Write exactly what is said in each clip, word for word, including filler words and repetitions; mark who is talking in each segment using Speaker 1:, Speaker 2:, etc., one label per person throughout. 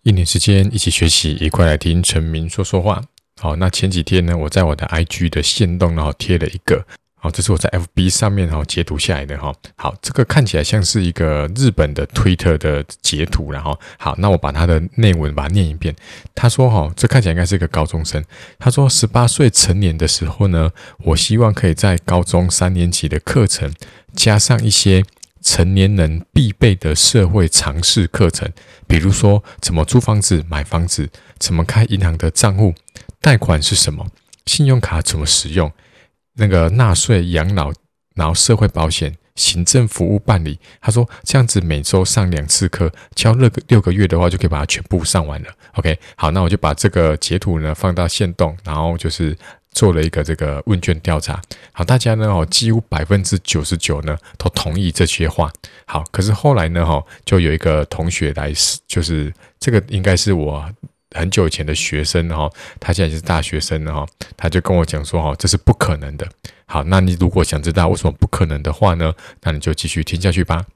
Speaker 1: 一年时间一起学习，一块来听陈明说说话。好，那前几天呢，我在我的 I G 的限动呢贴了一个，好，这是我在 F B 上面哈截图下来的哈。好，这个看起来像是一个日本的 Twitter 的截图，然后好，那我把它的内文把它念一遍。他说哈，这看起来应该是一个高中生。他说，十八岁成年的时候呢，我希望可以在高中三年级的课程加上一些成年人必备的社会常识课程，比如说怎么租房子、买房子，怎么开银行的账户，贷款是什么，信用卡怎么使用，那个纳税、养老，然后社会保险、行政服务办理。他说这样子每周上两次课，教六个六个月的话，就可以把它全部上完了。OK， 好，那我就把这个截图呢放到限动，然后就是做了一个这个问卷调查。好，大家呢哦几乎百分之九十九呢都同意这些话。好，可是后来呢哦就有一个同学来，就是这个应该是我很久以前的学生哦，他现在是大学生了哦，他就跟我讲说哦这是不可能的。好，那你如果想知道为什么不可能的话呢，那你就继续听下去吧。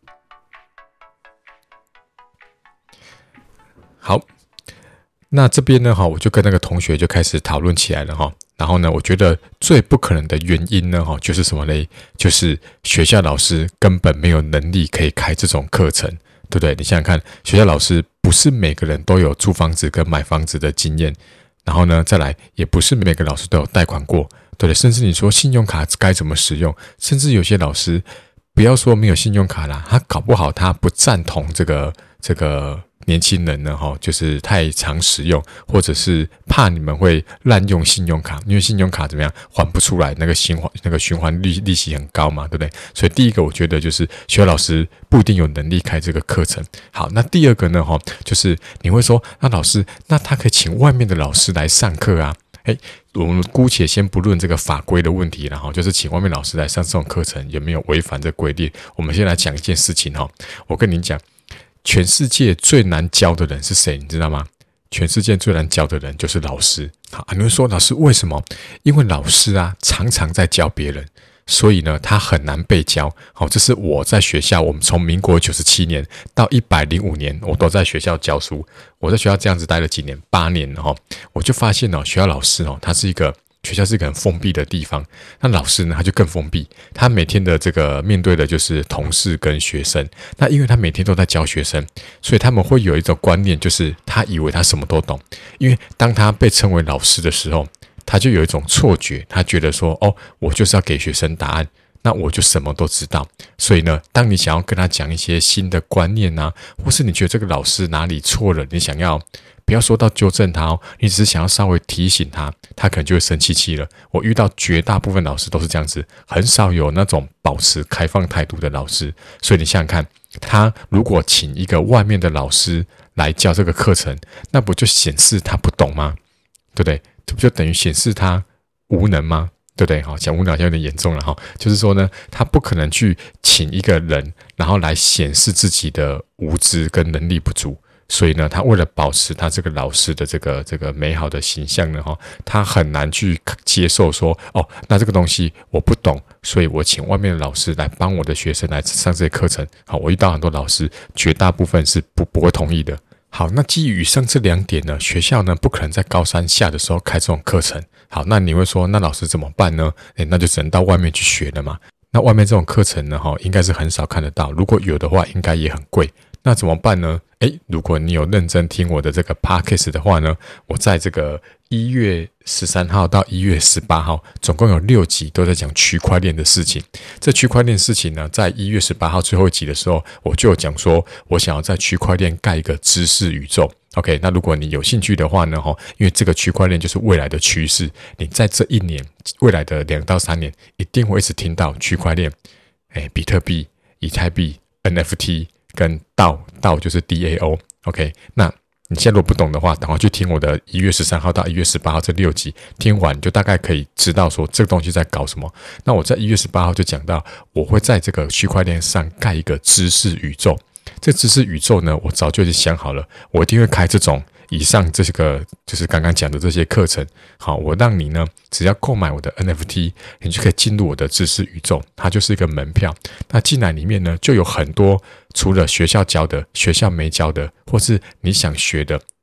Speaker 1: 好，那这边呢我就跟那个同学就开始讨论起来了哈。然后呢，我觉得最不可能的原因呢就是什么呢？就是学校老师根本没有能力可以开这种课程，对不对？你想想看，学校老师不是每个人都有租房子跟买房子的经验，然后呢再来也不是每个老师都有贷款过，对不对？甚至你说信用卡该怎么使用，甚至有些老师不要说没有信用卡啦，他搞不好他不赞同这个这个年轻人呢就是太常使用，或者是怕你们会滥用信用卡，因为信用卡怎么样还不出来，那个循环那个循环利利息很高嘛，对不对？所以第一个我觉得就是学校老师不一定有能力开这个课程。好，那第二个呢就是你会说，那老师那他可以请外面的老师来上课啊。诶，我们姑且先不论这个法规的问题，然后就是请外面老师来上这种课程有没有违反这规定。我们先来讲一件事情，我跟你讲，全世界最难教的人是谁你知道吗？全世界最难教的人就是老师。好，你会说老师为什么？因为老师啊常常在教别人，所以呢他很难被教。好，这是我在学校，我们从民国九十七年到一百零五年我都在学校教书。我在学校这样子待了几年，八年了，我就发现学校老师他是一个学校是一个很封闭的地方，那老师呢他就更封闭，他每天的这个面对的就是同事跟学生。那因为他每天都在教学生，所以他们会有一种观念，就是他以为他什么都懂。因为当他被称为老师的时候，他就有一种错觉，他觉得说哦我就是要给学生答案，那我就什么都知道。所以呢当你想要跟他讲一些新的观念啊，或是你觉得这个老师哪里错了，你想要不要说到纠正他哦，你只是想要稍微提醒他，他可能就会生气气了。我遇到绝大部分老师都是这样子，很少有那种保持开放态度的老师。所以你想想看，他如果请一个外面的老师来教这个课程，那不就显示他不懂吗？对不对？这不就等于显示他无能吗？对不对？讲无能好像有点严重了，就是说呢，他不可能去请一个人，然后来显示自己的无知跟能力不足。所以呢，他为了保持他这个老师的这个这个美好的形象呢，他很难去接受说，哦，那这个东西我不懂，所以我请外面的老师来帮我的学生来上这些课程。好，我遇到很多老师，绝大部分是不不会同意的。好，那基于以上这两点呢，学校呢不可能在高三下的时候开这种课程。好，那你会说，那老师怎么办呢？诶，那就只能到外面去学了嘛。那外面这种课程呢，应该是很少看得到，如果有的话，应该也很贵。那怎么办呢？诶，如果你有认真听我的这个 podcast 的话呢，我在这个一月十三号到一月十八号总共有六集都在讲区块链的事情。这区块链事情呢，在一月十八号最后一集的时候，我就有讲说我想要在区块链盖一个知识宇宙。OK， 那如果你有兴趣的话呢，因为这个区块链就是未来的趋势，你在这一年未来的两到三年一定会一直听到区块链，诶，比特币、以太币、N F T 跟 D A O，D A O 就是 D A O。 OK， 那你现在如果不懂的话，赶快去听我的一月十三号到一月十八号这六集，听完就大概可以知道说这个东西在搞什么。那我在一月十八号就讲到，我会在这个区块链上盖一个知识宇宙。这知识宇宙呢，我早就已经想好了，我一定会开这种以上这个就是刚刚讲的这些课程。好，我让你呢只要购买我的 N F T， 你就可以进入我的知识宇宙，它就是一个门票。那进来里面呢就有很多除了学校教的、学校没教的，或是你想学的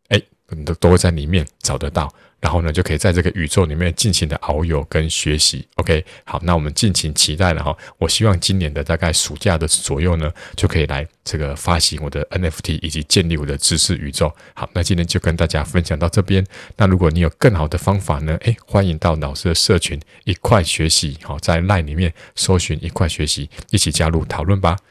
Speaker 1: 你都都会在里面找得到。然后呢，就可以在这个宇宙里面尽情的遨游跟学习。OK， 好，那我们敬请期待了哈。我希望今年的大概暑假的左右呢，就可以来这个发行我的 N F T 以及建立我的知识宇宙。好，那今天就跟大家分享到这边。那如果你有更好的方法呢，诶，欢迎到老师的社群一块学习，好，在 LINE 里面搜寻一块学习，一起加入讨论吧。